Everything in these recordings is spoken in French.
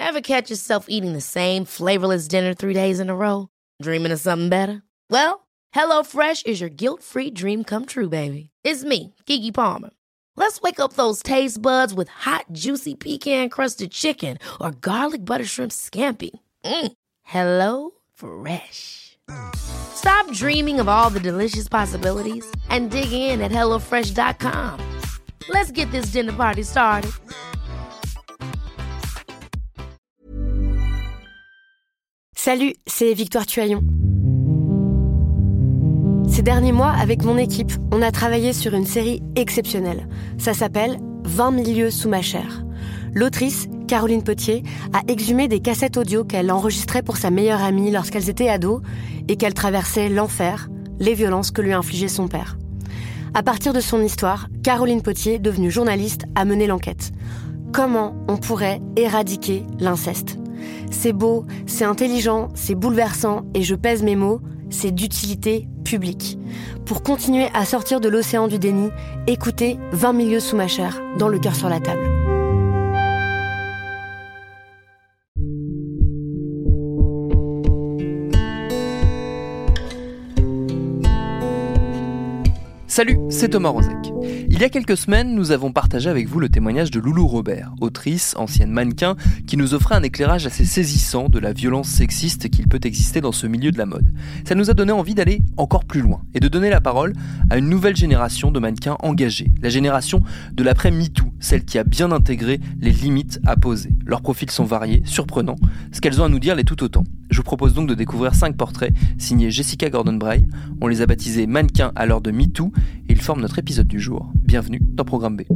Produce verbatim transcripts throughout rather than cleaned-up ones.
Ever catch yourself eating the same flavorless dinner three days in a row? Dreaming of something better? Well, HelloFresh is your guilt-free dream come true, baby. It's me, Keke Palmer. Let's wake up those taste buds with hot, juicy pecan-crusted chicken or garlic butter shrimp scampi. Mm. Hello Fresh. Stop dreaming of all the delicious possibilities and dig in at hello fresh dot com. Let's get this dinner party started. Salut, c'est Victoire Tuaillon. Ces derniers mois, avec mon équipe, on a travaillé sur une série exceptionnelle. Ça s'appelle « vingt mille lieues sous ma chair ». L'autrice, Caroline Potier, a exhumé des cassettes audio qu'elle enregistrait pour sa meilleure amie lorsqu'elles étaient ados et qu'elle traversait l'enfer, les violences que lui infligeait son père. À partir de son histoire, Caroline Potier, devenue journaliste, a mené l'enquête. Comment on pourrait éradiquer l'inceste ? C'est beau, c'est intelligent, c'est bouleversant et je pèse mes mots, c'est d'utilité publique. Pour continuer à sortir de l'océan du déni, écoutez vingt mille lieues sous ma chair, dans Le cœur sur la table. Salut, c'est Thomas Rozek. Il y a quelques semaines, nous avons partagé avec vous le témoignage de Loulou Robert, autrice, ancienne mannequin, qui nous offrait un éclairage assez saisissant de la violence sexiste qu'il peut exister dans ce milieu de la mode. Ça nous a donné envie d'aller encore plus loin et de donner la parole à une nouvelle génération de mannequins engagés, la génération de l'après-MeToo, celle qui a bien intégré les limites à poser. Leurs profils sont variés, surprenants, ce qu'elles ont à nous dire l'est tout autant. Je vous propose donc de découvrir cinq portraits signés Jessica Gordon-Bray. On les a baptisés mannequins à l'heure de MeToo et ils forment notre épisode du jour. Bienvenue dans Programme B.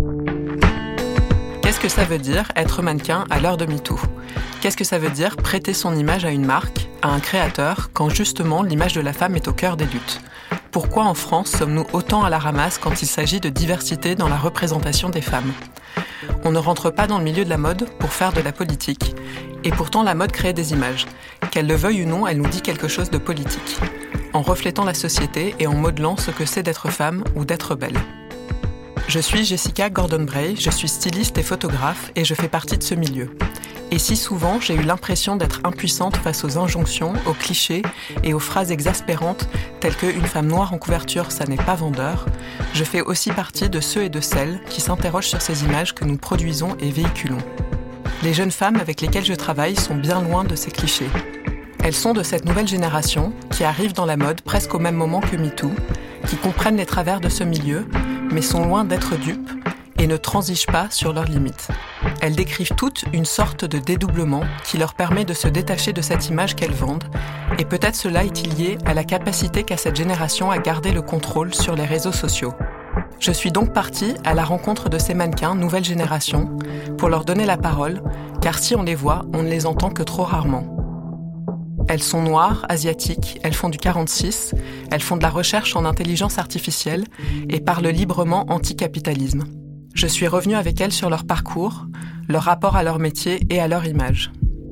Qu'est-ce que ça veut dire être mannequin à l'heure de MeToo ? Qu'est-ce que ça veut dire prêter son image à une marque, à un créateur, quand justement l'image de la femme est au cœur des luttes ? Pourquoi en France sommes-nous autant à la ramasse quand il s'agit de diversité dans la représentation des femmes ? On ne rentre pas dans le milieu de la mode pour faire de la politique. Et pourtant, la mode crée des images. Qu'elle le veuille ou non, elle nous dit quelque chose de politique. En reflétant la société et en modelant ce que c'est d'être femme ou d'être belle. Je suis Jessica Gordon-Bray, je suis styliste et photographe et je fais partie de ce milieu. Et si souvent j'ai eu l'impression d'être impuissante face aux injonctions, aux clichés et aux phrases exaspérantes telles que « une femme noire en couverture, ça n'est pas vendeur », je fais aussi partie de ceux et de celles qui s'interrogent sur ces images que nous produisons et véhiculons. Les jeunes femmes avec lesquelles je travaille sont bien loin de ces clichés. Elles sont de cette nouvelle génération qui arrive dans la mode presque au même moment que MeToo, qui comprennent les travers de ce milieu, mais sont loin d'être dupes et ne transigent pas sur leurs limites. Elles décrivent toutes une sorte de dédoublement qui leur permet de se détacher de cette image qu'elles vendent, et peut-être cela est-il lié à la capacité qu'a cette génération à garder le contrôle sur les réseaux sociaux. Je suis donc partie à la rencontre de ces mannequins nouvelle génération pour leur donner la parole, car si on les voit, on ne les entend que trop rarement. Elles sont noires, asiatiques, elles font du quarante-six, elles font de la recherche en intelligence artificielle et parlent librement anticapitalisme. Je suis revenue avec elles sur leur parcours, leur rapport à leur métier et à leur image.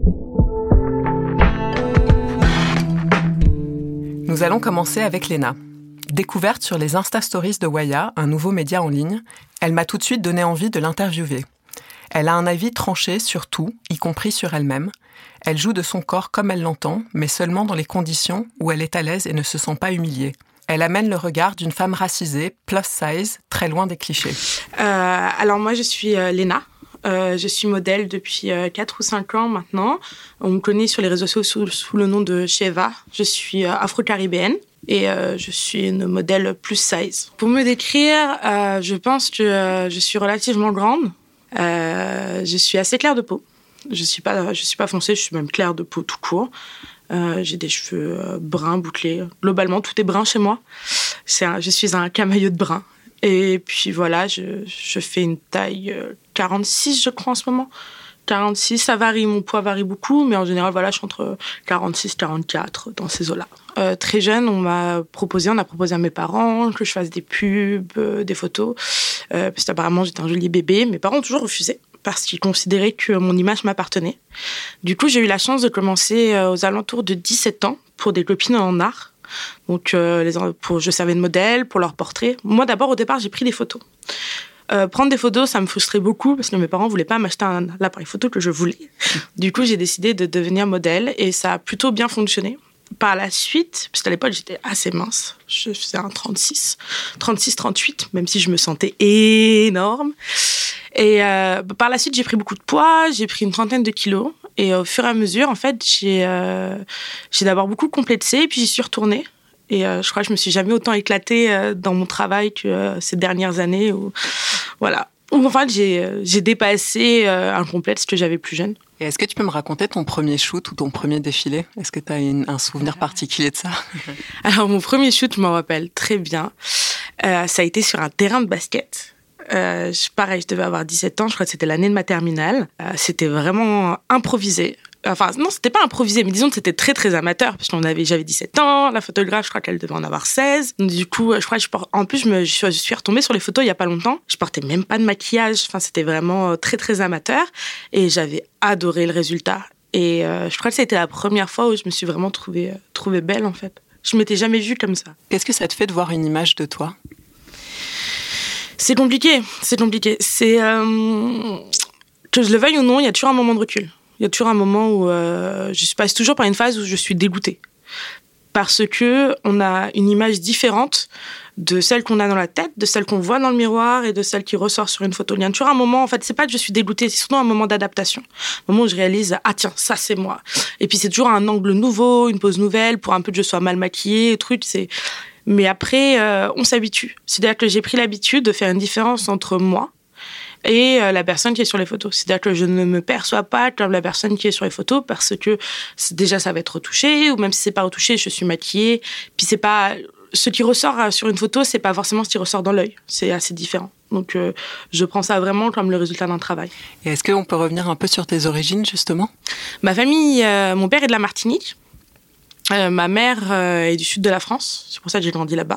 Nous allons commencer avec Léna. Découverte sur les Insta Stories de Waya, un nouveau média en ligne, elle m'a tout de suite donné envie de l'interviewer. Elle a un avis tranché sur tout, y compris sur elle-même. Elle joue de son corps comme elle l'entend, mais seulement dans les conditions où elle est à l'aise et ne se sent pas humiliée. Elle amène le regard d'une femme racisée, plus size, très loin des clichés. Euh, alors moi, je suis euh, Léna. Euh, je suis modèle depuis euh, quatre ou cinq ans maintenant. On me connaît sur les réseaux sociaux sous, sous le nom de Sheva. Je suis euh, afro-caribéenne et euh, je suis une modèle plus size. Pour me décrire, euh, je pense que euh, je suis relativement grande. Euh, je suis assez claire de peau. Je suis pas, je suis pas foncée, je suis même claire de peau tout court. Euh, j'ai des cheveux euh, bruns bouclés. Globalement, tout est brun chez moi. C'est un, je suis un camailleux de brun. Et puis voilà, je, je fais une taille euh, quarante-six, je crois, en ce moment. quarante-six, ça varie, mon poids varie beaucoup, mais en général, voilà, je suis entre quarante-six et quarante-quatre, dans ces eaux-là. Euh, très jeune, on m'a proposé, on a proposé à mes parents que je fasse des pubs, euh, des photos, euh, parce qu'apparemment, j'étais un joli bébé. Mes parents ont toujours refusé, parce qu'ils considéraient que mon image m'appartenait. Du coup, j'ai eu la chance de commencer euh, aux alentours de dix-sept ans, pour des copines en art. Donc, euh, les, pour, je servais de modèle pour leurs portraits. Moi, d'abord, au départ, j'ai pris des photos. Euh, prendre des photos, ça me frustrait beaucoup parce que mes parents voulaient pas m'acheter un, l'appareil photo que je voulais. Du coup, j'ai décidé de devenir modèle et ça a plutôt bien fonctionné. Par la suite, parce qu'à l'époque, j'étais assez mince. Je faisais un trente-six, trente-six, trente-huit, même si je me sentais énorme. Et euh, par la suite, j'ai pris beaucoup de poids, j'ai pris une trentaine de kilos. Et au fur et à mesure, en fait, j'ai, euh, j'ai d'abord beaucoup complexé, et puis j'y suis retournée. Et euh, je crois que je me suis jamais autant éclatée euh, dans mon travail que euh, ces dernières années. Où, voilà. Où, enfin, j'ai, j'ai dépassé euh, un complexe que j'avais plus jeune. Et est-ce que tu peux me raconter ton premier shoot ou ton premier défilé ? Est-ce que tu as une, un souvenir particulier de ça ? Alors, mon premier shoot, je m'en rappelle très bien. Euh, ça a été sur un terrain de basket. Euh, pareil, je devais avoir dix-sept ans, je crois que c'était l'année de ma terminale. Euh, c'était vraiment improvisé. Enfin, non, c'était pas improvisé, mais disons que c'était très, très amateur, parce qu'on avait, j'avais dix-sept ans, la photographe, je crois qu'elle devait en avoir seize. Du coup, je crois que je porte, en plus, je, me, je suis retombée sur les photos il y a pas longtemps. Je portais même pas de maquillage. Enfin, c'était vraiment très, très amateur. Et j'avais adoré le résultat. Et euh, je crois que c'était la première fois où je me suis vraiment trouvée, euh, trouvée belle, en fait. Je m'étais jamais vue comme ça. Qu'est-ce que ça te fait de voir une image de toi ? C'est compliqué, c'est compliqué. C'est euh, que je le veuille ou non, il y a toujours un moment de recul. Il y a toujours un moment où euh, je passe toujours par une phase où je suis dégoûtée. Parce que on a une image différente de celle qu'on a dans la tête, de celle qu'on voit dans le miroir et de celle qui ressort sur une photo. Il y a toujours un moment, en fait, c'est pas que je suis dégoûtée, c'est surtout un moment d'adaptation. Un moment où je réalise, ah tiens, ça c'est moi. Et puis c'est toujours un angle nouveau, une pose nouvelle, pour un peu que je sois mal maquillée, truc, c'est... Mais après, euh, on s'habitue. C'est-à-dire que j'ai pris l'habitude de faire une différence entre moi et euh, la personne qui est sur les photos. C'est-à-dire que je ne me perçois pas comme la personne qui est sur les photos parce que déjà ça va être retouché, ou même si c'est pas retouché, je suis maquillée. Puis c'est pas... Ce qui ressort sur une photo, c'est pas forcément ce qui ressort dans l'œil. C'est assez différent. Donc euh, je prends ça vraiment comme le résultat d'un travail. Et est-ce qu'on peut revenir un peu sur tes origines, justement ? Ma famille, euh, mon père est de la Martinique. Euh, ma mère euh, est du sud de la France, c'est pour ça que j'ai grandi là-bas.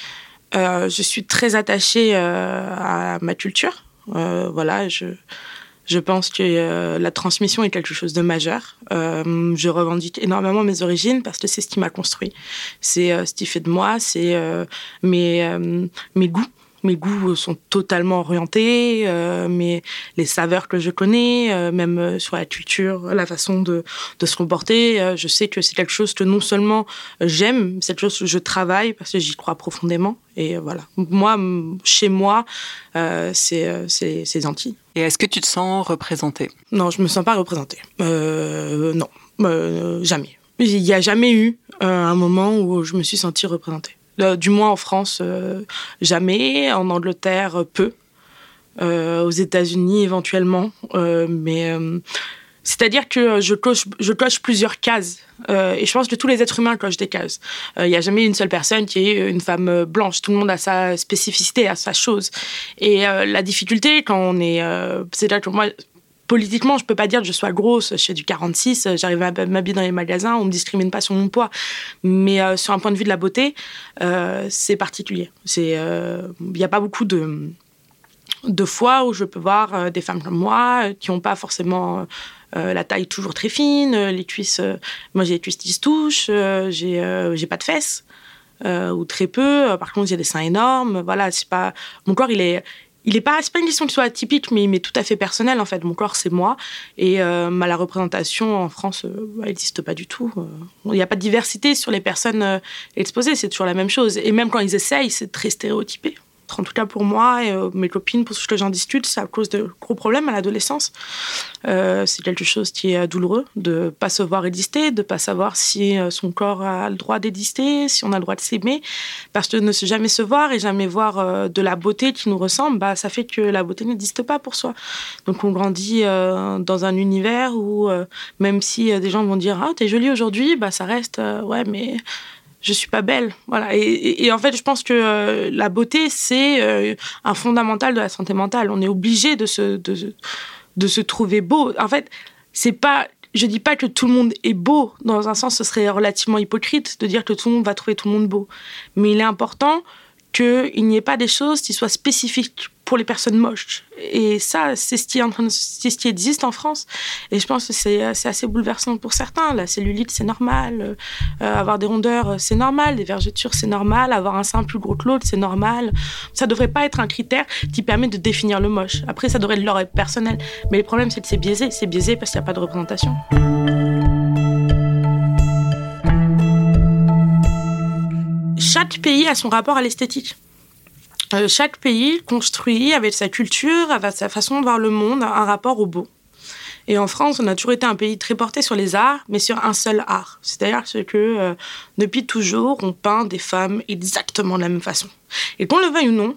Euh, je suis très attachée euh, à ma culture. Euh, voilà, je, je pense que euh, la transmission est quelque chose de majeur. Euh, je revendique énormément mes origines parce que c'est ce qui m'a construit. C'est euh, ce qui fait de moi, c'est euh, mes, euh, mes goûts. Mes goûts sont totalement orientés, euh, mais les saveurs que je connais, euh, même euh, sur la culture, la façon de, de se comporter, euh, je sais que c'est quelque chose que non seulement j'aime, c'est quelque chose que je travaille parce que j'y crois profondément. Et euh, voilà. Moi, chez moi, euh, c'est, euh, c'est, c'est les Antilles. Et est-ce que tu te sens représentée ? Non, je me sens pas représentée. Euh, non, euh, jamais. Il n'y a jamais eu euh, un moment où je me suis sentie représentée. Euh, du moins en France, euh, jamais. En Angleterre, peu. Euh, aux États-Unis, éventuellement. Euh, mais euh, c'est-à-dire que je coche, je coche plusieurs cases. Euh, et je pense que tous les êtres humains cochent des cases. Il euh, n'y a jamais une seule personne qui est une femme blanche. Tout le monde a sa spécificité, a sa chose. Et euh, la difficulté, quand on est... Euh, c'est-à-dire que moi... Politiquement, je peux pas dire que je sois grosse. Je fais du quarante-six, j'arrive à m'habiller dans les magasins, on me discrimine pas sur mon poids. Mais euh, sur un point de vue de la beauté, euh, c'est particulier. C'est, euh, y a pas beaucoup de de fois où je peux voir euh, des femmes comme moi euh, qui ont pas forcément euh, la taille toujours très fine, les cuisses. Euh, moi, j'ai les cuisses qui se touchent, euh, j'ai euh, j'ai pas de fesses euh, ou très peu. Par contre, j'ai des seins énormes. Voilà, c'est pas mon corps, il est Il est pas, c'est pas une question qui soit atypique, mais, mais tout à fait personnel, en fait. Mon corps, c'est moi. Et euh, la représentation en France, euh, elle n'existe pas du tout. Il n'y a pas de diversité sur les personnes euh, exposées. C'est toujours la même chose. Et même quand ils essayent, c'est très stéréotypé. En tout cas, pour moi et euh, mes copines, pour ce que j'en discute, c'est à cause de gros problèmes à l'adolescence. Euh, c'est quelque chose qui est douloureux, de ne pas se voir exister, de ne pas savoir si euh, son corps a le droit d'exister, si on a le droit de s'aimer. Parce que ne se jamais se voir et jamais voir euh, de la beauté qui nous ressemble, bah, ça fait que la beauté n'existe pas pour soi. Donc on grandit euh, dans un univers où, euh, même si euh, des gens vont dire « Ah, t'es jolie aujourd'hui », bah, ça reste euh, « Ouais, mais... » je suis pas belle, voilà. Et, et, et en fait, je pense que euh, la beauté, c'est euh, un fondamental de la santé mentale. On est obligé de se, de, de se trouver beau. En fait, c'est pas, je dis pas que tout le monde est beau. Dans un sens, ce serait relativement hypocrite de dire que tout le monde va trouver tout le monde beau. Mais il est important qu'il n'y ait pas des choses qui soient spécifiques pour les personnes moches. Et ça, c'est ce qui, est en train de, c'est ce qui existe en France. Et je pense que c'est, c'est assez bouleversant pour certains. La cellulite, c'est normal. Euh, avoir des rondeurs, c'est normal. Des vergetures, c'est normal. Avoir un sein plus gros que l'autre, c'est normal. Ça ne devrait pas être un critère qui permet de définir le moche. Après, ça devrait leur être personnel. Mais le problème, c'est que c'est biaisé. C'est biaisé parce qu'il n'y a pas de représentation. Chaque pays a son rapport à l'esthétique. Euh, chaque pays construit avec sa culture, avec sa façon de voir le monde, un rapport au beau. Et en France, on a toujours été un pays très porté sur les arts, mais sur un seul art. C'est-à-dire que euh, depuis toujours, on peint des femmes exactement de la même façon. Et qu'on le veuille ou non,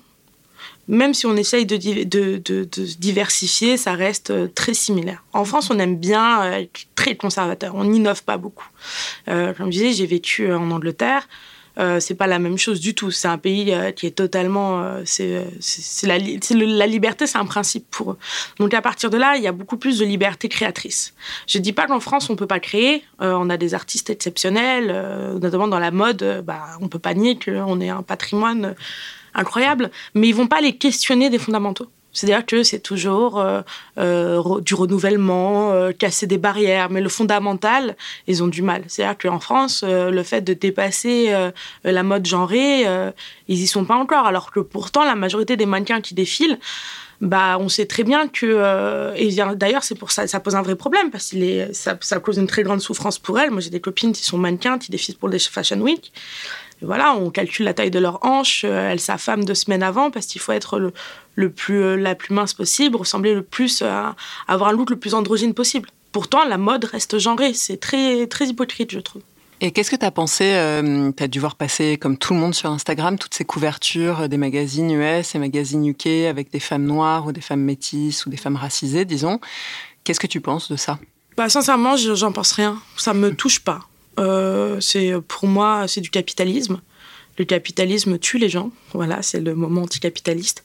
même si on essaye de, de, de, de diversifier, ça reste très similaire. En France, on aime bien être très conservateur. On n'innove pas beaucoup. Euh, comme je disais, j'ai vécu en Angleterre. Euh, c'est pas la même chose du tout. C'est un pays euh, qui est totalement... Euh, c'est, c'est, c'est la, c'est le, la liberté, c'est un principe pour eux. Donc à partir de là, il y a beaucoup plus de liberté créatrice. Je dis pas qu'en France, on peut pas créer. Euh, on a des artistes exceptionnels, euh, notamment dans la mode. Euh, bah, on peut pas nier qu'on ait un patrimoine incroyable, mais ils vont pas les questionner des fondamentaux. C'est-à-dire que c'est toujours euh, euh, du renouvellement, euh, casser des barrières. Mais le fondamental, ils ont du mal. C'est-à-dire qu'en France, euh, le fait de dépasser euh, la mode genrée, euh, ils y sont pas encore. Alors que pourtant, la majorité des mannequins qui défilent, bah, on sait très bien que... Euh, et d'ailleurs, c'est pour ça, ça pose un vrai problème, parce que ça, ça cause une très grande souffrance pour elles. Moi, j'ai des copines qui sont mannequins, qui défilent pour des Fashion Week. Et voilà, on calcule la taille de leur hanche, euh, elles s'affament deux semaines avant, parce qu'il faut être le, le plus, euh, la plus mince possible, ressembler le plus, à, avoir un look le plus androgyne possible. Pourtant, la mode reste genrée. C'est très, très hypocrite, je trouve. Et qu'est-ce que tu as pensé euh, Tu as dû voir passer, comme tout le monde sur Instagram, toutes ces couvertures des magazines U S et magazines U K avec des femmes noires ou des femmes métisses ou des femmes racisées, disons. Qu'est-ce que tu penses de ça ? Bah, sincèrement, j'en pense rien. Ça me touche pas. Euh, c'est, pour moi, c'est du capitalisme. Le capitalisme tue les gens. Voilà, c'est le moment anticapitaliste.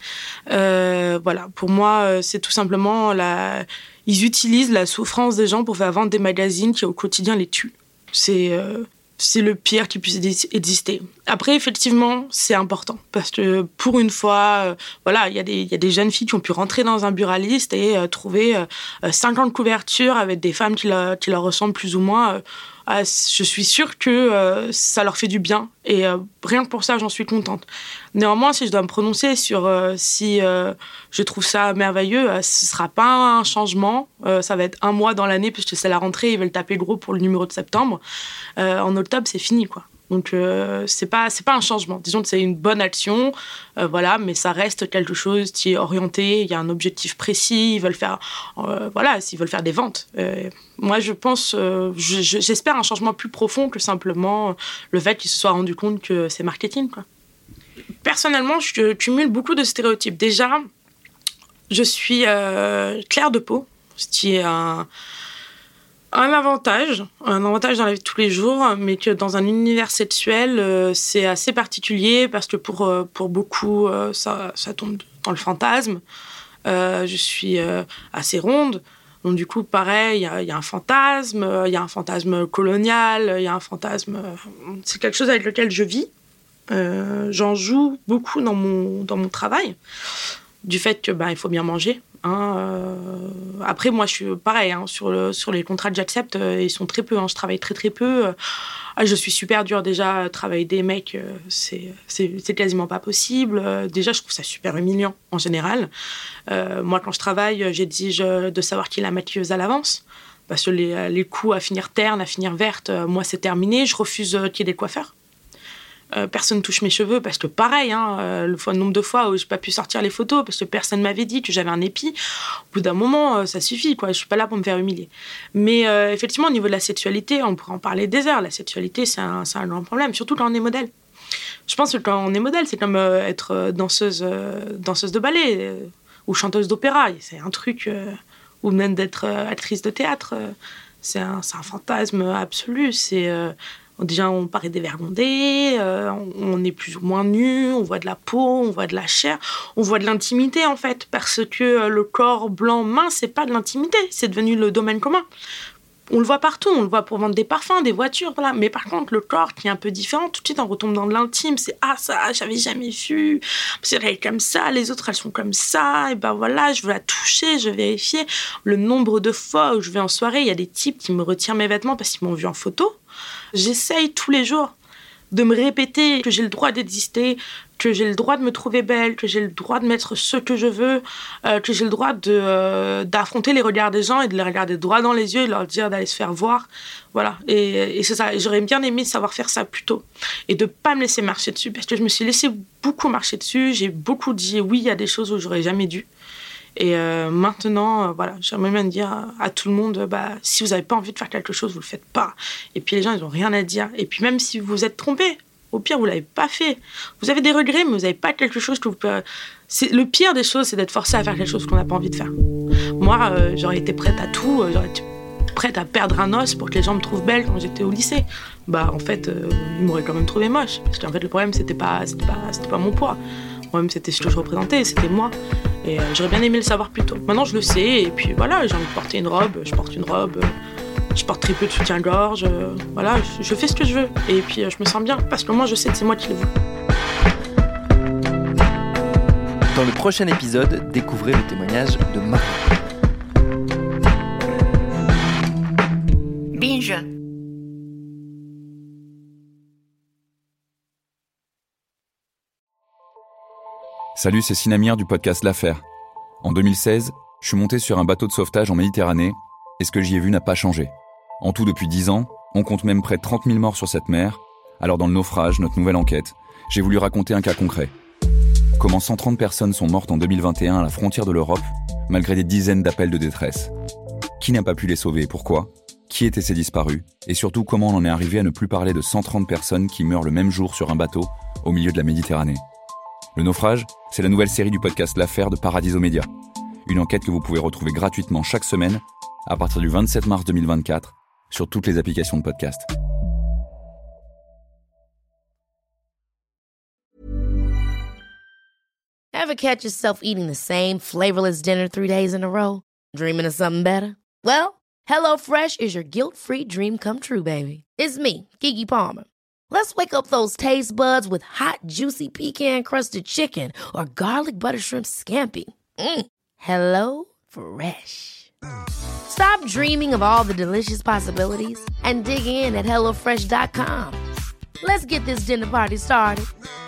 Euh, voilà, pour moi, c'est tout simplement... La... Ils utilisent la souffrance des gens pour faire vendre des magazines qui, au quotidien, les tuent. C'est, euh, c'est le pire qui puisse exister. Après, effectivement, c'est important. Parce que, pour une fois, euh, voilà, il y a des, y a des jeunes filles qui ont pu rentrer dans un buraliste et euh, trouver euh, cinquante couvertures avec des femmes qui, la, qui leur ressemblent plus ou moins... Euh, Euh, je suis sûre que euh, ça leur fait du bien. Et euh, rien que pour ça, j'en suis contente. Néanmoins, si je dois me prononcer sur euh, si euh, je trouve ça merveilleux, euh, ce ne sera pas un changement. Euh, ça va être un mois dans l'année, puisque c'est la rentrée, ils veulent taper gros pour le numéro de septembre. Euh, en octobre, c'est fini, quoi. Donc, euh, c'est pas, c'est pas un changement. Disons que c'est une bonne action, euh, voilà, mais ça reste quelque chose qui est orienté. Il y a un objectif précis. Ils veulent faire, euh, voilà, s'ils veulent faire des ventes. Euh, moi, je pense, euh, je, je, j'espère un changement plus profond que simplement le fait qu'ils se soient rendus compte que c'est marketing, quoi. Personnellement, je cumule beaucoup de stéréotypes. Déjà, je suis euh, claire de peau, ce qui est un... Un avantage, un avantage dans la vie de tous les jours, mais que dans un univers sexuel, euh, c'est assez particulier parce que pour, euh, pour beaucoup, euh, ça, ça tombe dans le fantasme. Euh, je suis euh, assez ronde, donc du coup, pareil, il y, y a un fantasme, il y a un fantasme colonial, il y a un fantasme... Euh, c'est quelque chose avec lequel je vis. Euh, j'en joue beaucoup dans mon, dans mon travail, du fait que bah, il faut bien manger. Hein, euh... Après, moi, je suis pareil. Hein, sur, le, sur les contrats que j'accepte, euh, ils sont très peu. Hein, je travaille très, très peu. Euh, je suis super dure déjà. Travailler des mecs, euh, c'est, c'est, c'est quasiment pas possible. Euh, déjà, je trouve ça super humiliant en général. Euh, moi, quand je travaille, j'exige de savoir qui est la maquilleuse à l'avance. Parce que les, les coups à finir terne, à finir verte, euh, moi, c'est terminé. Je refuse euh, qu'il y ait des coiffeurs. Euh, personne touche mes cheveux parce que pareil, hein, euh, le, le nombre de fois où j'ai pas pu sortir les photos parce que personne m'avait dit que j'avais un épi, au bout d'un moment, euh, ça suffit, quoi. Je suis pas là pour me faire humilier. Mais euh, effectivement, au niveau de la sexualité, on pourrait en parler des heures. La sexualité, c'est un, c'est un grand problème, surtout quand on est modèle. Je pense que quand on est modèle, c'est comme euh, être danseuse, euh, danseuse de ballet euh, ou chanteuse d'opéra. C'est un truc, euh, ou même d'être euh, actrice de théâtre. Euh, c'est, un, c'est un fantasme absolu. C'est... Euh, Déjà, on paraît dévergondé, euh, on est plus ou moins nu, on voit de la peau, on voit de la chair, on voit de l'intimité, en fait, parce que le corps blanc mince, c'est pas de l'intimité, c'est devenu le domaine commun. On le voit partout, on le voit pour vendre des parfums, des voitures, voilà. Mais par contre, le corps qui est un peu différent, tout de suite on retombe dans de l'intime. C'est ah ça, j'avais jamais vu. C'est elle est comme ça, les autres elles sont comme ça. Et ben voilà, je veux la toucher, je veux vérifier. Le nombre de fois où je vais en soirée, il y a des types qui me retirent mes vêtements parce qu'ils m'ont vu en photo. J'essaye tous les jours de me répéter que j'ai le droit d'exister, que j'ai le droit de me trouver belle, que j'ai le droit de mettre ce que je veux, euh, que j'ai le droit de, euh, d'affronter les regards des gens et de les regarder droit dans les yeux et de leur dire d'aller se faire voir. Voilà, et, et c'est ça. Et j'aurais bien aimé savoir faire ça plus tôt et de pas me laisser marcher dessus parce que je me suis laissé beaucoup marcher dessus. J'ai beaucoup dit oui, il y a des choses où j'aurais jamais dû. Et euh, maintenant, euh, voilà, j'aimerais bien dire à, à tout le monde, bah, si vous n'avez pas envie de faire quelque chose, vous le faites pas. Et puis les gens, ils n'ont rien à dire. Et puis même si vous vous êtes trompé, au pire, vous l'avez pas fait. Vous avez des regrets, mais vous n'avez pas quelque chose que vous pouvez... C'est... Le pire des choses, c'est d'être forcé à faire quelque chose qu'on n'a pas envie de faire. Moi, euh, j'aurais été prête à tout. Euh, j'aurais été prête à perdre un os pour que les gens me trouvent belle quand j'étais au lycée. Bah, en fait, euh, ils m'auraient quand même trouvé moche. Parce qu'en fait, le problème, c'était pas, c'était pas, c'était pas mon poids. Le problème, c'était ce que je représentais, c'était moi. Et euh, j'aurais bien aimé le savoir plus tôt. Maintenant, je le sais, et puis voilà, j'ai envie de porter une robe, je porte une robe, euh, je porte très peu de soutien-gorge, euh, voilà, je, je fais ce que je veux. Et puis, euh, je me sens bien, parce que moi, je sais que c'est moi qui le veux. Dans le prochain épisode, découvrez le témoignage de Marc. Binge. Salut, c'est Sinamir du podcast L'Affaire. En deux mille seize, je suis monté sur un bateau de sauvetage en Méditerranée et ce que j'y ai vu n'a pas changé. En tout, depuis dix ans, on compte même près de trente mille morts sur cette mer. Alors dans le naufrage, notre nouvelle enquête, j'ai voulu raconter un cas concret. Comment cent trente personnes sont mortes en deux mille vingt et un à la frontière de l'Europe, malgré des dizaines d'appels de détresse. Qui n'a pas pu les sauver et pourquoi ? Qui étaient ces disparus ? Et surtout, comment on en est arrivé à ne plus parler de cent trente personnes qui meurent le même jour sur un bateau au milieu de la Méditerranée ? Le naufrage, c'est la nouvelle série du podcast L'Affaire de Paradiso Media. Une enquête que vous pouvez retrouver gratuitement chaque semaine à partir du vingt-sept mars deux mille vingt-quatre sur toutes les applications de podcast. Ever catch yourself eating the same flavorless dinner three days in a row? Dreaming of something better? Well, HelloFresh is your guilt-free dream come true, baby. It's me, Keke Palmer. Let's wake up those taste buds with hot, juicy pecan-crusted chicken or garlic butter shrimp scampi. Mm. Hello Fresh. Stop dreaming of all the delicious possibilities and dig in at hello fresh dot com. Let's get this dinner party started.